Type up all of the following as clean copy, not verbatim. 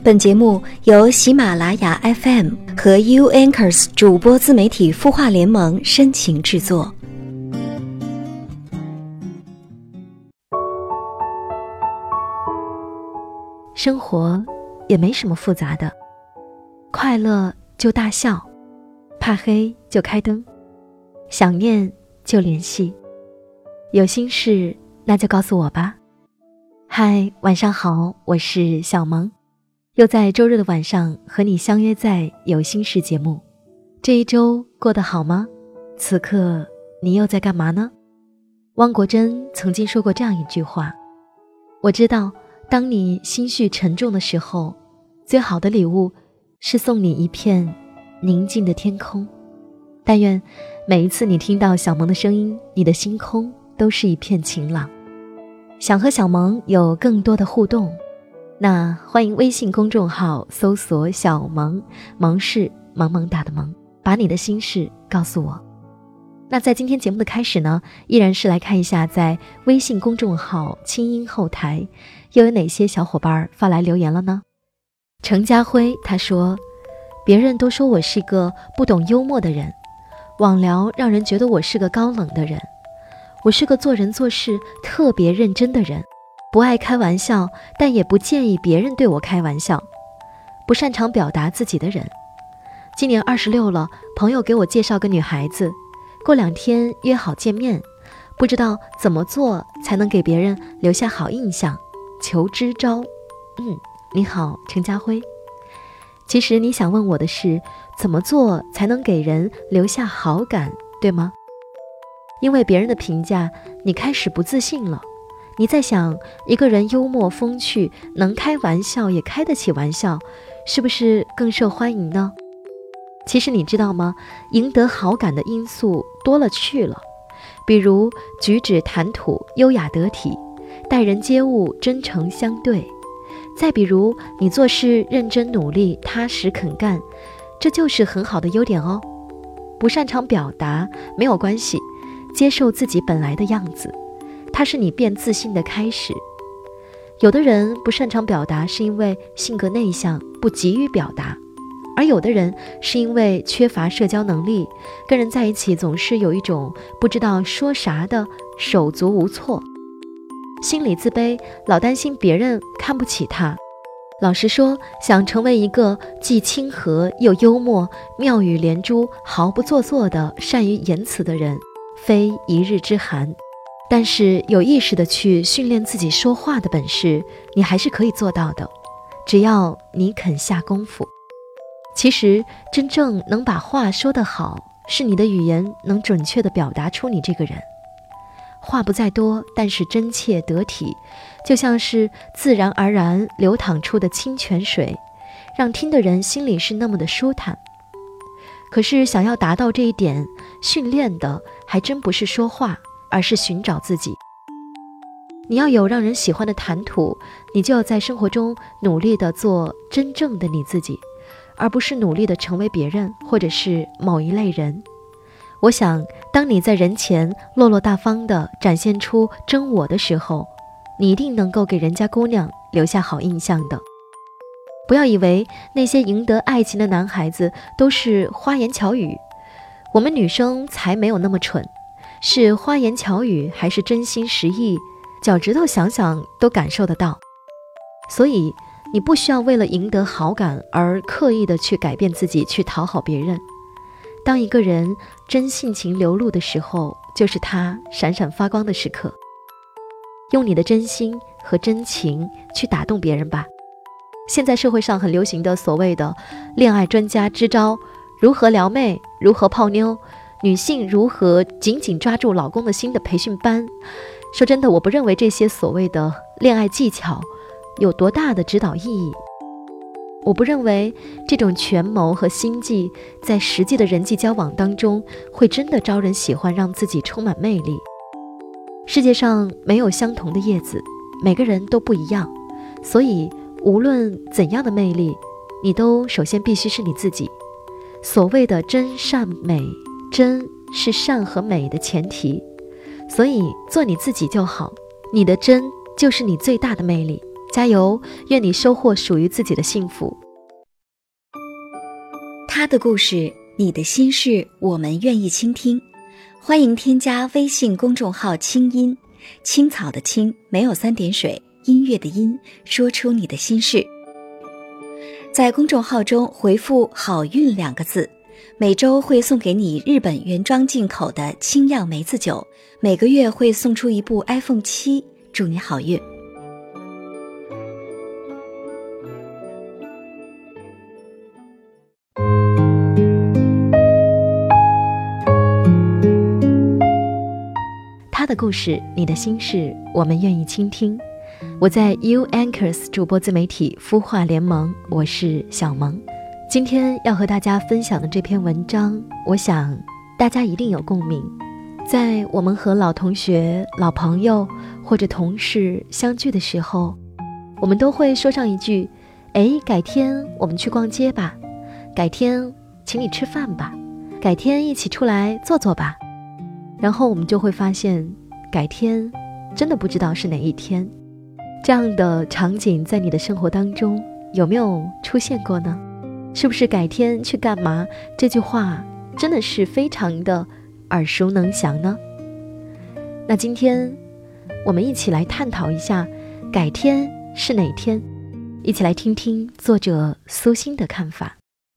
本节目由喜马拉雅 FM 和 U Anchors 主播自媒体孵化联盟深情制作。 生活也没什么复杂的，快乐就大笑，怕黑就开灯，想念就联系，有心事那就告诉我吧。嗨，晚上好，我是小萌，又在周日的晚上和你相约在有心事节目。这一周过得好吗？此刻你又在干嘛呢？汪国真曾经说过这样一句话，我知道当你心绪沉重的时候，最好的礼物是送你一片宁静的天空。但愿每一次你听到小萌的声音，你的星空都是一片晴朗。想和小萌有更多的互动，那欢迎微信公众号搜索小萌，萌是萌萌哒的萌，把你的心事告诉我。那在今天节目的开始呢，依然是来看一下在微信公众号清音后台又有哪些小伙伴发来留言了呢？程家辉他说，别人都说我是个不懂幽默的人，网聊让人觉得我是个高冷的人，我是个做人做事特别认真的人，不爱开玩笑，但也不建议别人对我开玩笑，不擅长表达自己的人。今年26了，朋友给我介绍个女孩子，过2天约好见面，不知道怎么做才能给别人留下好印象，求支招。你好，程家辉。其实你想问我的是，怎么做才能给人留下好感，对吗？因为别人的评价，你开始不自信了。你在想，一个人幽默风趣，能开玩笑也开得起玩笑，是不是更受欢迎呢？其实你知道吗？赢得好感的因素多了去了，比如举止谈吐优雅得体，待人接物真诚相对，再比如你做事认真努力，踏实肯干，这就是很好的优点哦。不擅长表达没有关系，接受自己本来的样子，它是你变自信的开始。有的人不擅长表达是因为性格内向，不急于表达，而有的人是因为缺乏社交能力，跟人在一起总是有一种不知道说啥的手足无措，心里自卑，老担心别人看不起他。老实说，想成为一个既亲和又幽默、妙语连珠、毫不做作的善于言辞的人，非一日之寒。但是有意识地去训练自己说话的本事，你还是可以做到的，只要你肯下功夫。其实真正能把话说得好，是你的语言能准确地表达出你这个人。话不在多，但是真切得体，就像是自然而然流淌出的清泉水，让听的人心里是那么的舒坦。可是想要达到这一点，训练的还真不是说话，而是寻找自己。你要有让人喜欢的谈吐，你就要在生活中努力地做真正的你自己，而不是努力地成为别人或者是某一类人。我想，当你在人前落落大方地展现出真我的时候，你一定能够给人家姑娘留下好印象的。不要以为那些赢得爱情的男孩子都是花言巧语，我们女生才没有那么蠢，是花言巧语还是真心实意，脚趾头想想都感受得到。所以你不需要为了赢得好感而刻意的去改变自己，去讨好别人。当一个人真性情流露的时候，就是他闪闪发光的时刻。用你的真心和真情去打动别人吧。现在社会上很流行的所谓的恋爱专家支招，如何撩妹，如何泡妞，女性如何紧紧抓住老公的心的培训班。说真的，我不认为这些所谓的恋爱技巧有多大的指导意义。我不认为这种权谋和心计在实际的人际交往当中会真的招人喜欢，让自己充满魅力。世界上没有相同的叶子，每个人都不一样，所以无论怎样的魅力，你都首先必须是你自己。所谓的真善美，真是善和美的前提，所以做你自己就好。你的真就是你最大的魅力， 加油，愿你收获属于自己的幸福。 他的故事，你的心事，我们愿意倾听。欢迎添加微信公众号清音，青草的青，没有3点水，音乐的音，说出你的心事。在公众号中回复好运2个字，每周会送给你日本原装进口的清酿梅子酒，每个月会送出一部 iPhone 7，祝你好运。 他的故事，你的心事，我们愿意倾听。我在 U Anchors 主播自媒体孵化联盟，我是小萌。今天要和大家分享的这篇文章，我想大家一定有共鸣。在我们和老同学、老朋友或者同事相聚的时候，我们都会说上一句，改天我们去逛街吧，改天请你吃饭吧，改天一起出来坐坐吧。然后我们就会发现，改天真的不知道是哪一天。这样的场景在你的生活当中有没有出现过呢？是不是改天去干嘛这句话真的是非常的耳熟能详呢？那今天我们一起来探讨一下改天是哪天，一起来听听作者苏欣的看法。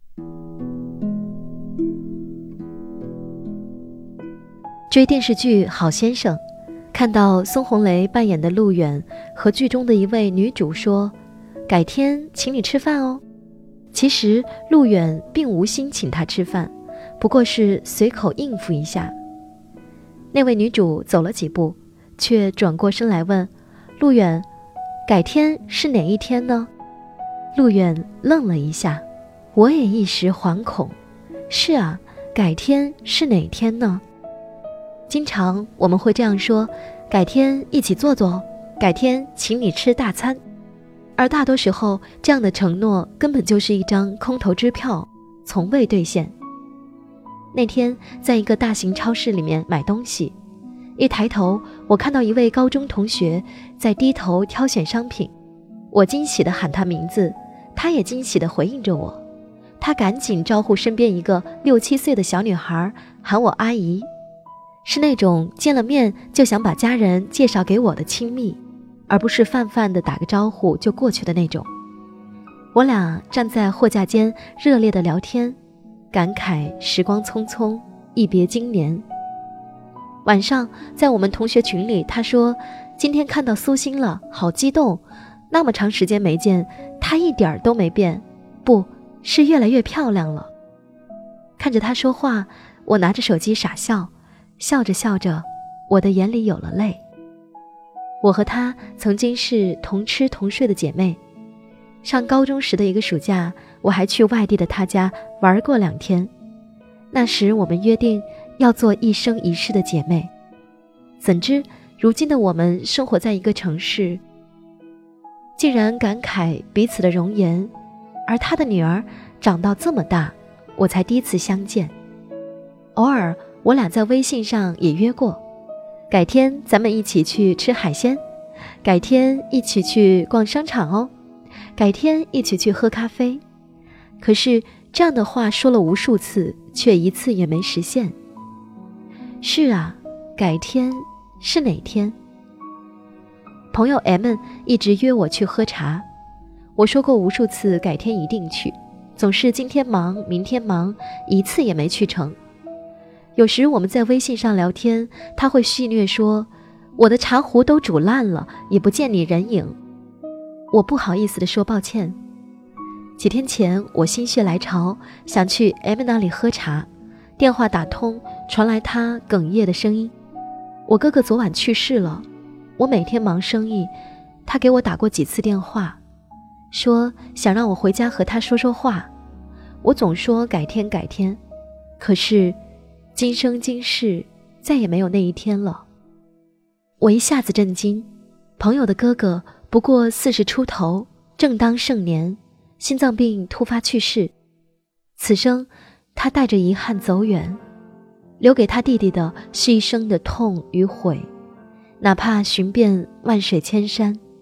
追电视剧《好先生》，看到孙红雷扮演的陆远和剧中的一位女主说，改天请你吃饭哦。其实陆远并无心请他吃饭，不过是随口应付一下。那位女主走了几步，却转过身来问陆远，改天是哪一天呢？陆远愣了一下，我也一时惶恐，是啊，改天是哪天呢？经常我们会这样说，改天一起坐坐，改天请你吃大餐。而大多时候，这样的承诺根本就是一张空头支票，从未兑现。那天在一个大型超市里面买东西，一抬头，我看到一位高中同学在低头挑选商品，我惊喜地喊他名字，他也惊喜地回应着我。他赶紧招呼身边一个6、7岁的小女孩，喊我阿姨。是那种见了面就想把家人介绍给我的亲密，而不是泛泛的打个招呼就过去的那种。我俩站在货架间热烈的聊天，感慨时光匆匆，一别经年。晚上在我们同学群里，他说今天看到苏欣了，好激动，那么长时间没见，她一点都没变，不是越来越漂亮了。看着他说话，我拿着手机傻笑，笑着笑着，我的眼里有了泪。我和她曾经是同吃同睡的姐妹，上高中时的一个暑假，我还去外地的她家玩过2天。那时我们约定要做一生一世的姐妹，怎知如今的我们生活在一个城市，竟然感慨彼此的容颜。而她的女儿长到这么大，我才第一次相见。偶尔我俩在微信上也约过，改天咱们一起去吃海鲜，改天一起去逛商场哦，改天一起去喝咖啡。可是这样的话说了无数次，却一次也没实现。是啊，改天是哪天？朋友 M 一直约我去喝茶，我说过无数次改天一定去，总是今天忙明天忙，一次也没去成。有时我们在微信上聊天，他会戏谑说，我的茶壶都煮烂了，也不见你人影。我不好意思地说抱歉。几天前我心血来潮，想去 M 那里喝茶，电话打通，传来他哽咽的声音。我哥哥昨晚去世了，我每天忙生意，他给我打过几次电话，说想让我回家和他说说话。我总说改天改天，可是今生今世再也没有那一天了。我一下子震惊，朋友的哥哥不过40出头，正当盛年，心脏病突发去世。此生他带着遗憾走远，留给他弟弟的是一生的痛与悔。哪怕寻遍万水千山，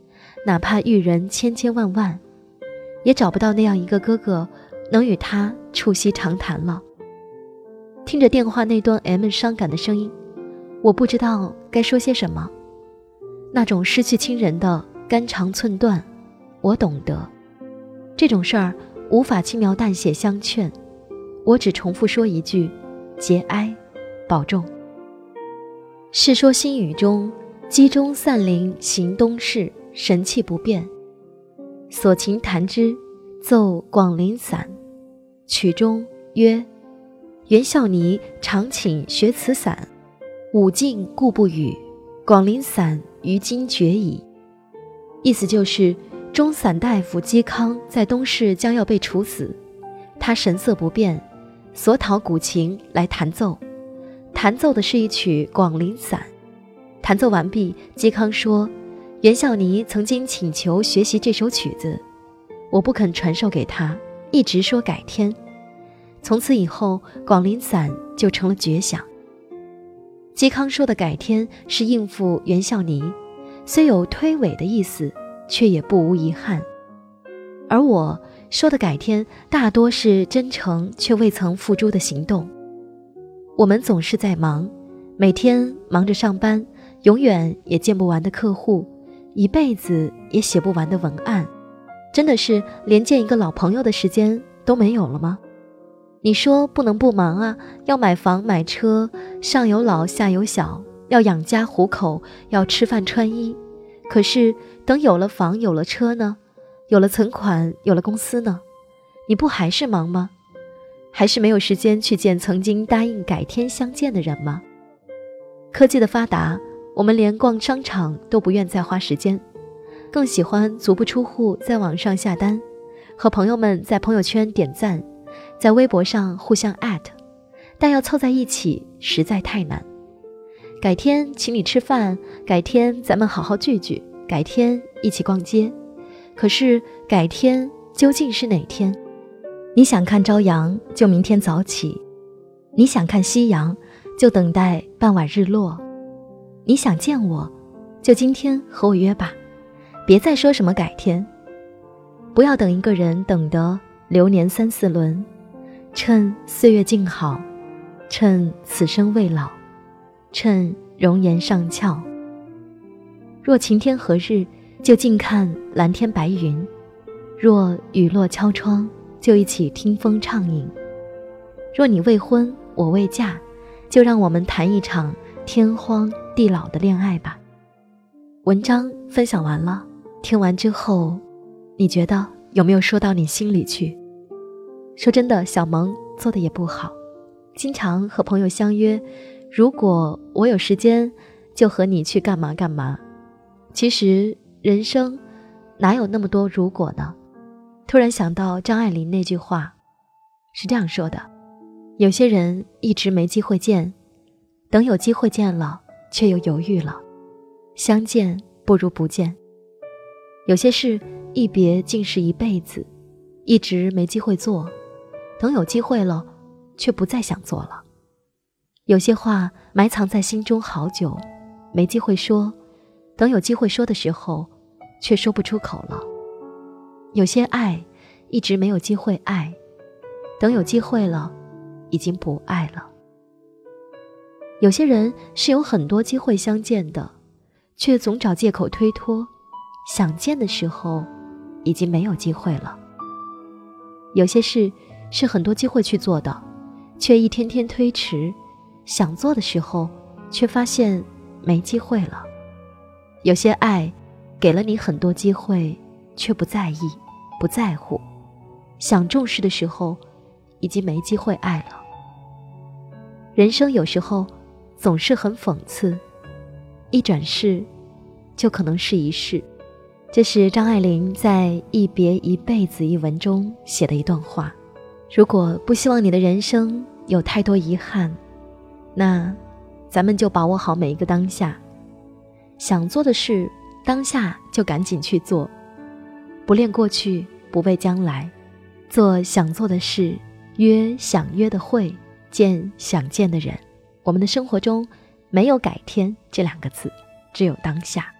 哪怕遇人千千万万，也找不到那样一个哥哥能与他促膝长谈了。听着电话那端 M 伤感的声音，我不知道该说些什么。那种失去亲人的肝肠寸断，我懂得。这种事儿无法轻描淡写相劝，我只重复说一句：节哀，保重。《世说新语》中，机中散灵行东市，神气不变。所琴弹之，奏广陵散。曲中曰：袁孝尼常请学此散，武进故不语，广陵散于今绝矣。意思就是中散大夫嵇康在东市将要被处死，他神色不变，所讨古琴来弹奏，弹奏的是一曲广陵散。弹奏完毕，嵇康说，袁孝尼曾经请求学习这首曲子，我不肯传授给他，一直说改天。从此以后，广陵散就成了绝响。嵇康说的改天是应付袁孝尼，虽有推诿的意思，却也不无遗憾。而我说的改天大多是真诚却未曾付诸的行动。我们总是在忙，每天忙着上班，永远也见不完的客户，一辈子也写不完的文案，真的是连见一个老朋友的时间都没有了吗？你说不能不忙啊，要买房买车，上有老下有小，要养家糊口，要吃饭穿衣。可是等有了房有了车呢，有了存款有了公司呢，你不还是忙吗？还是没有时间去见曾经答应改天相见的人吗？科技的发达，我们连逛商场都不愿再花时间，更喜欢足不出户在网上下单，和朋友们在朋友圈点赞，在微博上互相@，但要凑在一起实在太难。改天请你吃饭，改天咱们好好聚聚，改天一起逛街。可是改天究竟是哪天？你想看朝阳就明天早起，你想看夕阳就等待傍晚日落，你想见我就今天和我约吧，别再说什么改天。不要等一个人等得流年3、4轮，趁岁月静好，趁此生未老，趁容颜尚俏。若晴天何日，就近看蓝天白云；若雨落敲窗，就一起听风畅饮。若你未婚，我未嫁，就让我们谈一场天荒地老的恋爱吧。文章分享完了，听完之后，你觉得有没有说到你心里去？说真的，小萌做的也不好，经常和朋友相约，如果我有时间，就和你去干嘛干嘛。其实人生哪有那么多如果呢？突然想到张爱玲那句话，是这样说的：有些人一直没机会见，等有机会见了，却又犹豫了。相见不如不见。有些事一别竟是一辈子，一直没机会做，等有机会了，却不再想做了。有些话埋藏在心中好久，没机会说，等有机会说的时候，却说不出口了。有些爱一直没有机会爱，等有机会了，已经不爱了。有些人是有很多机会相见的，却总找借口推脱，想见的时候已经没有机会了。有些事是很多机会去做的，却一天天推迟，想做的时候却发现没机会了。有些爱给了你很多机会，却不在意不在乎，想重视的时候已经没机会爱了。人生有时候总是很讽刺，一转世就可能是一世。这是张爱玲在《一别一辈子》一文中写的一段话。如果不希望你的人生有太多遗憾，那咱们就把握好每一个当下，想做的事当下就赶紧去做，不恋过去，不畏将来，做想做的事，约想约的会，见想见的人。我们的生活中没有改天这2个字，只有当下。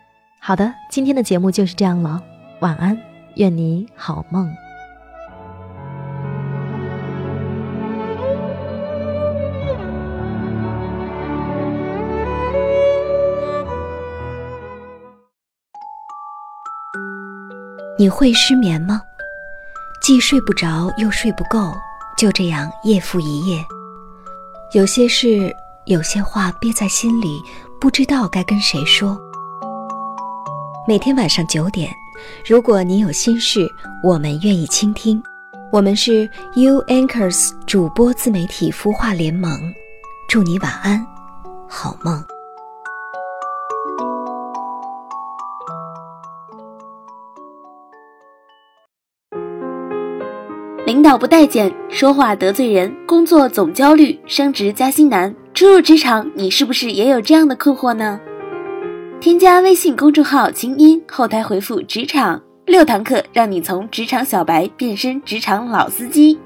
好的，今天的节目就是这样了，晚安，愿你好梦。 你会失眠吗？既睡不着又睡不够，就这样夜复一夜。有些事，有些话憋在心里，不知道该跟谁说。每天晚上9点，如果你有心事，我们愿意倾听。我们是 You Anchors 主播自媒体孵化联盟，祝你晚安，好梦。 领导不待见，说话得罪人，工作总焦虑，升职加薪难。初入职场，你是不是也有这样的困惑呢？添加微信公众号清音，后台回复职场，6堂课让你从职场小白变身职场老司机。